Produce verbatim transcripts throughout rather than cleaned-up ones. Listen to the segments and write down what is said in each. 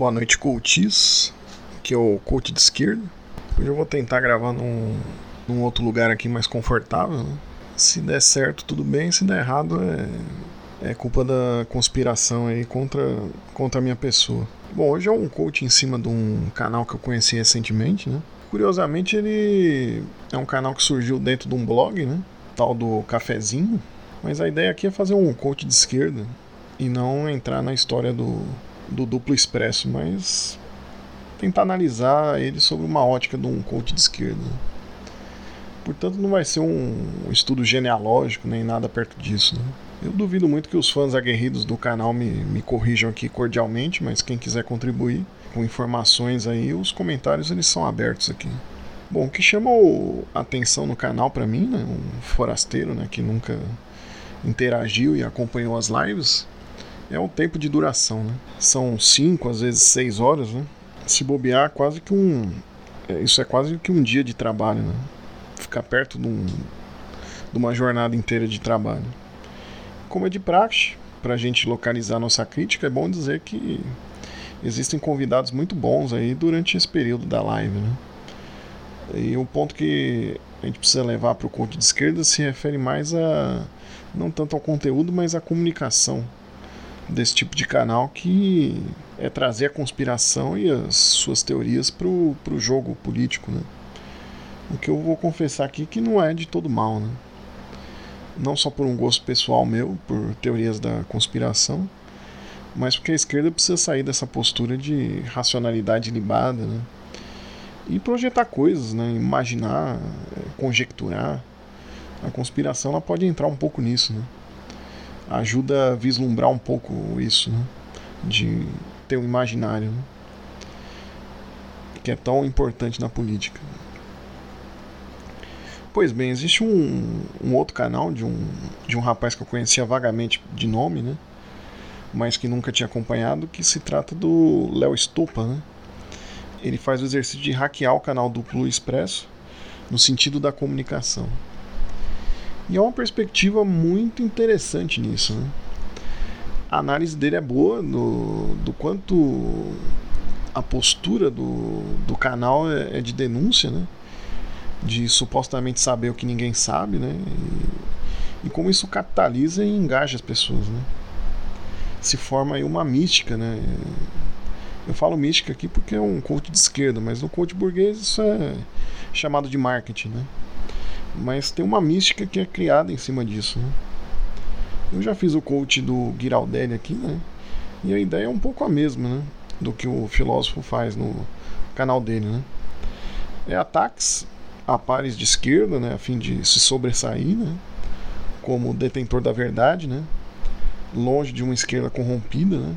Boa noite, coaches, que é o coach de esquerda. Hoje eu vou tentar gravar num, num outro lugar aqui mais confortável, né? Se der certo, tudo bem. Se der errado, é, é culpa da conspiração aí contra, contra a minha pessoa. Bom, hoje é um coach em cima de um canal que eu conheci recentemente, né? Curiosamente, ele é um canal que surgiu dentro de um blog, né? Tal do Cafezinho. Mas a ideia aqui é fazer um coach de esquerda e não entrar na história do, do duplo expresso, mas tentar analisar ele sob uma ótica de um coach de esquerda. Portanto, não vai ser um estudo genealógico nem nada perto disso, né? Eu duvido muito que os fãs aguerridos do canal me, me corrijam aqui cordialmente, mas quem quiser contribuir com informações aí, os comentários eles são abertos aqui. Bom, o que chama a atenção no canal pra mim, né, um forasteiro, né, que nunca interagiu e acompanhou as lives, é o tempo de duração, né? São cinco, às vezes seis horas, né? Se bobear, quase que um... Isso é quase que um dia de trabalho, né? Ficar perto de, um, de uma jornada inteira de trabalho. Como é de praxe, para a gente localizar nossa crítica, é bom dizer que existem convidados muito bons aí durante esse período da live, né? E o ponto que a gente precisa levar para o coach de esquerda se refere mais a... não tanto ao conteúdo, mas à comunicação desse tipo de canal, que é trazer a conspiração e as suas teorias para o jogo político, né? O que eu vou confessar aqui que não é de todo mal, né? Não só por um gosto pessoal meu, por teorias da conspiração, mas porque a esquerda precisa sair dessa postura de racionalidade libada, né? E projetar coisas, né? Imaginar, conjecturar. A conspiração ela pode entrar um pouco nisso, né? Ajuda a vislumbrar um pouco isso, né? De ter um imaginário, né? Que é tão importante na política. Pois bem, existe um, um outro canal de um, de um rapaz que eu conhecia vagamente de nome, né? Mas que nunca tinha acompanhado, que se trata do Léo Stoppa, né? Ele faz o exercício de hackear o canal Duplo Expresso no sentido da comunicação. E é uma perspectiva muito interessante nisso, né? A análise dele é boa do, do quanto a postura do, do canal é, é de denúncia, né? De supostamente saber o que ninguém sabe, né? E, e como isso capitaliza e engaja as pessoas, né? Se forma aí uma mística, né? Eu falo mística aqui porque é um coach de esquerda, mas no coach burguês isso é chamado de marketing, né? Mas tem uma mística que é criada em cima disso, né? Eu já fiz o coach do Ghirardelli aqui, né? E a ideia é um pouco a mesma, né? Do que o filósofo faz no canal dele, né? É ataques a pares de esquerda, né? A fim de se sobressair, né? Como detentor da verdade, né? Longe de uma esquerda corrompida, né?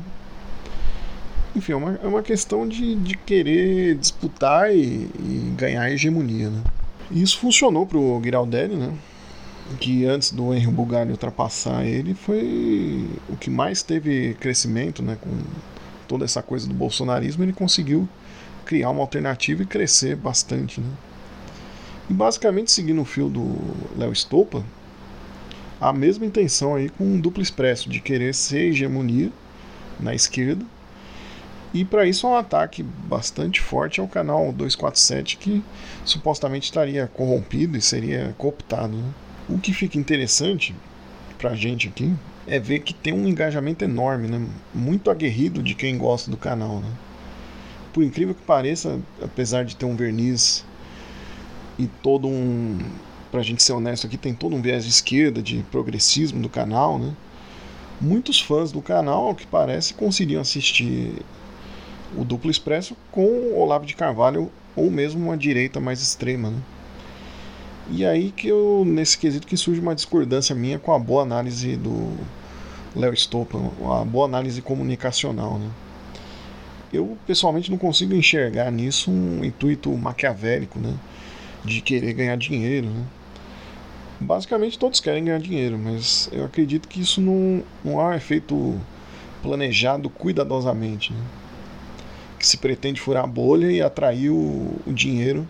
Enfim, é uma, é uma questão de, de querer disputar e, e ganhar hegemonia, né? E isso funcionou pro Ghirardelli, né? Que antes do Henry Bugalho ultrapassar ele, foi o que mais teve crescimento, né? Com toda essa coisa do bolsonarismo, ele conseguiu criar uma alternativa e crescer bastante, né? E basicamente, seguindo o fio do Léo Stoppa, a mesma intenção aí com um duplo expresso, de querer ser hegemonia na esquerda. E para isso é um ataque bastante forte ao canal duzentos e quarenta e sete, que supostamente estaria corrompido e seria cooptado, né? O que fica interessante pra gente aqui é ver que tem um engajamento enorme, né? Muito aguerrido de quem gosta do canal, né? Por incrível que pareça, apesar de ter um verniz e todo um... pra gente ser honesto aqui, tem todo um viés de esquerda, de progressismo do canal, né? Muitos fãs do canal, ao que parece, conseguiam assistir o Duplo Expresso com o Olavo de Carvalho ou mesmo uma direita mais extrema, né? E aí que eu, nesse quesito que surge uma discordância minha com a boa análise do Léo Stoppa, a boa análise comunicacional, né? Eu pessoalmente não consigo enxergar nisso um intuito maquiavélico, né? De querer ganhar dinheiro, né? Basicamente todos querem ganhar dinheiro, mas eu acredito que isso não, não é feito planejado cuidadosamente, né? Que se pretende furar a bolha e atrair o, o dinheiro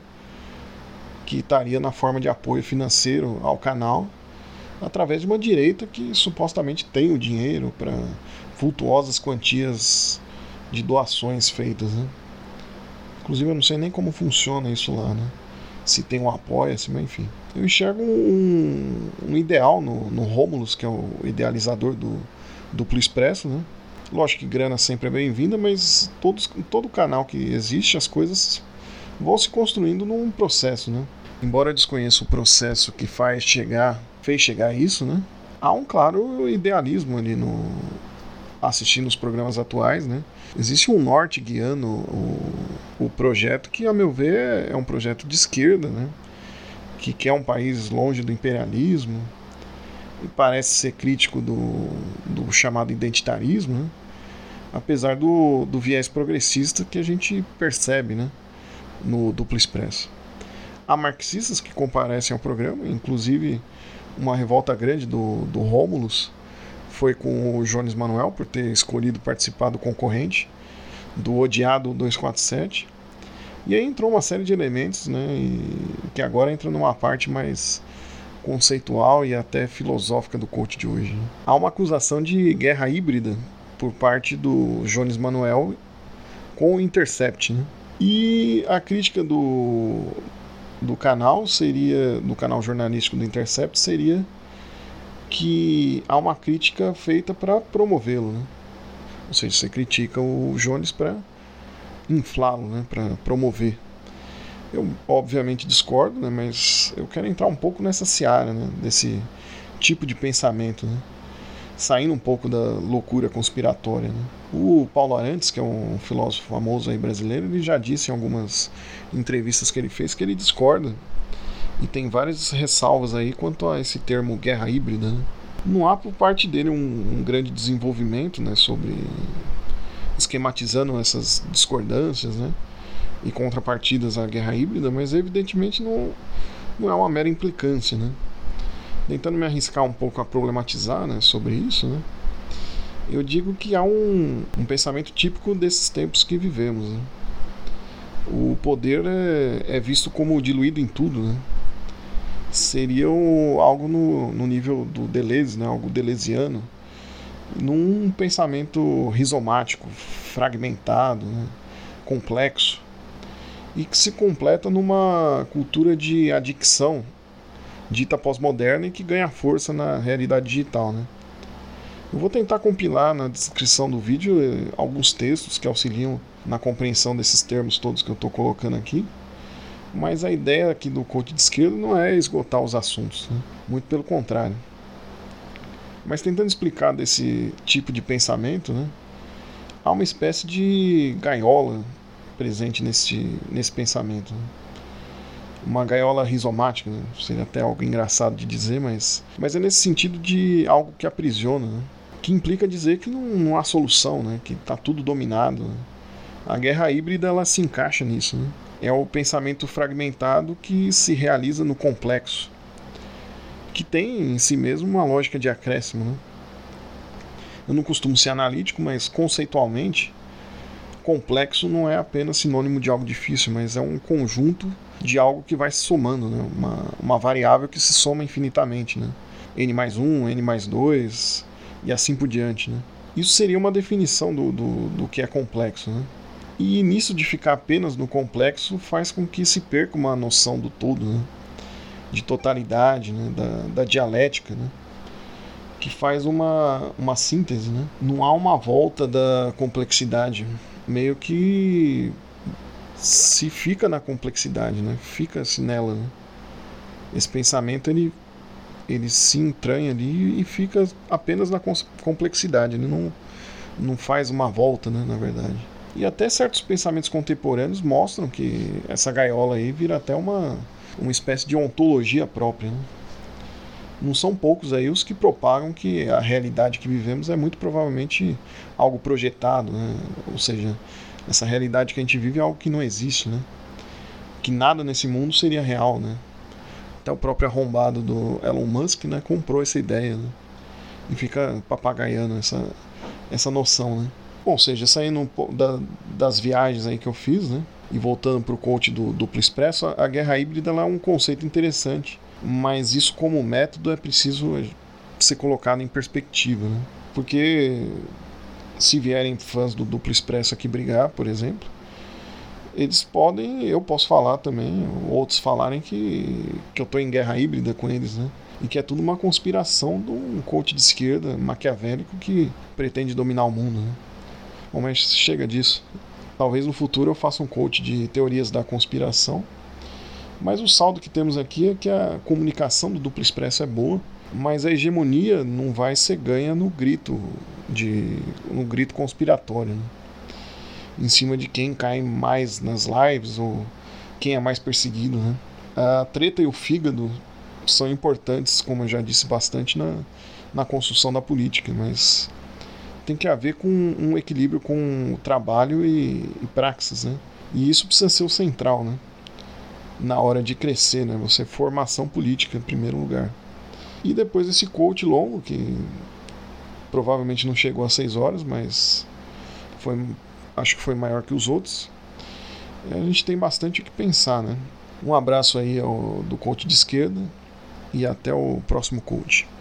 que estaria na forma de apoio financeiro ao canal através de uma direita que supostamente tem o dinheiro para vultuosas quantias de doações feitas, né? Inclusive eu não sei nem como funciona isso lá, né? Se tem um apoia-se, mas enfim. Eu enxergo um, um ideal no, no Romulus, que é o idealizador do Duplo Expresso, né? Lógico que grana sempre é bem-vinda, mas todos, todo canal que existe, as coisas vão se construindo num processo, né? Embora eu desconheça o processo que faz chegar, fez chegar a isso, né? Há um claro idealismo ali no assistindo os programas atuais, né? Existe um norte guiando o, o projeto que, a meu ver, é um projeto de esquerda, né? Que quer um país longe do imperialismo e parece ser crítico do, do chamado identitarismo, né? Apesar do, do viés progressista que a gente percebe, né? No Duplo Expresso. Há marxistas que comparecem ao programa, inclusive uma revolta grande do, do Romulus foi com o Jones Manuel por ter escolhido participar do concorrente, do odiado duzentos e quarenta e sete. E aí entrou uma série de elementos, né, e que agora entra numa parte mais conceitual e até filosófica do coach de hoje. Há uma acusação de guerra híbrida por parte do Jones Manuel com o Intercept, né? E a crítica do, do canal seria, do canal jornalístico do Intercept, seria que há uma crítica feita para promovê-lo, né? Ou seja, você critica o Jones para inflá-lo, né? Para promover. Eu obviamente discordo, né? Mas eu quero entrar um pouco nessa seara, né? Desse tipo de pensamento, né? Saindo um pouco da loucura conspiratória, né? O Paulo Arantes, que é um filósofo famoso aí brasileiro, ele já disse em algumas entrevistas que ele fez que ele discorda. E tem várias ressalvas aí quanto a esse termo guerra híbrida, né? Não há por parte dele um, um grande desenvolvimento, né, sobre esquematizando essas discordâncias, né, e contrapartidas à guerra híbrida, mas evidentemente não, não é uma mera implicância, né? Tentando me arriscar um pouco a problematizar, né, sobre isso, né, eu digo que há um, um pensamento típico desses tempos que vivemos, né? O poder é, é visto como diluído em tudo, né? Seria o, algo no, no nível do Deleuze, né? Algo deleuziano, num pensamento rizomático, fragmentado, né? Complexo, e que se completa numa cultura de adicção dita pós-moderna e que ganha força na realidade digital, né? Eu vou tentar compilar na descrição do vídeo alguns textos que auxiliam na compreensão desses termos todos que eu estou colocando aqui, mas a ideia aqui do coach de esquerda não é esgotar os assuntos, né? Muito pelo contrário. Mas tentando explicar desse tipo de pensamento, né, há uma espécie de gaiola presente nesse, nesse pensamento, né? Uma gaiola rizomática, né? Seria até algo engraçado de dizer, mas, mas é nesse sentido de algo que aprisiona, né? Que implica dizer que não, não há solução, né? Que está tudo dominado, né? A guerra híbrida ela se encaixa nisso, né? É o pensamento fragmentado que se realiza no complexo, que tem em si mesmo uma lógica de acréscimo, né? Eu não costumo ser analítico, mas conceitualmente, complexo não é apenas sinônimo de algo difícil, mas é um conjunto de algo que vai se somando, né? uma, uma variável que se soma infinitamente, né? N mais um, N mais dois e assim por diante, né? Isso seria uma definição do, do, do que é complexo, né? E nisso de ficar apenas no complexo faz com que se perca uma noção do todo, né? De totalidade, né? da, da dialética, né? Que faz uma, uma síntese, né? Não há uma volta da complexidade, meio que se fica na complexidade, né? Fica-se nela, né? Esse pensamento ele, ele se entranha ali e fica apenas na complexidade, ele não, não faz uma volta, né? Na verdade. E até certos pensamentos contemporâneos mostram que essa gaiola aí vira até uma, uma espécie de ontologia própria, né? Não são poucos aí os que propagam que a realidade que vivemos é muito provavelmente algo projetado, né? Ou seja, essa realidade que a gente vive é algo que não existe, né? Que nada nesse mundo seria real, né? Até o próprio arrombado do Elon Musk, né, comprou essa ideia, né? E fica papagaiando essa, essa noção, né? Bom, ou seja, saindo da, das viagens aí que eu fiz, né? E voltando para o coach do Duplo Expresso, a guerra híbrida lá é um conceito interessante, mas isso como método é preciso ser colocado em perspectiva, né? Porque se vierem fãs do Duplo Expresso aqui brigar, por exemplo, eles podem, eu posso falar também, outros falarem que, que eu estou em guerra híbrida com eles, né? E que é tudo uma conspiração de um coach de esquerda maquiavélico que pretende dominar o mundo, né? Bom, mas chega disso. Talvez no futuro eu faça um coach de teorias da conspiração, mas o saldo que temos aqui é que a comunicação do Duplo Expresso é boa, mas a hegemonia não vai ser ganha no grito, de, no grito conspiratório, né? Em cima de quem cai mais nas lives ou quem é mais perseguido, né? A treta e o fígado são importantes, como eu já disse bastante, na, na construção da política, mas tem que haver com um equilíbrio com o trabalho e, e praxis, né? E isso precisa ser o central, né? Na hora de crescer, né? Você formação política em primeiro lugar. E depois esse coach longo, que provavelmente não chegou a seis horas, mas foi, acho que foi maior que os outros. E a gente tem bastante o que pensar, né? Um abraço aí ao, do coach de esquerda e até o próximo coach.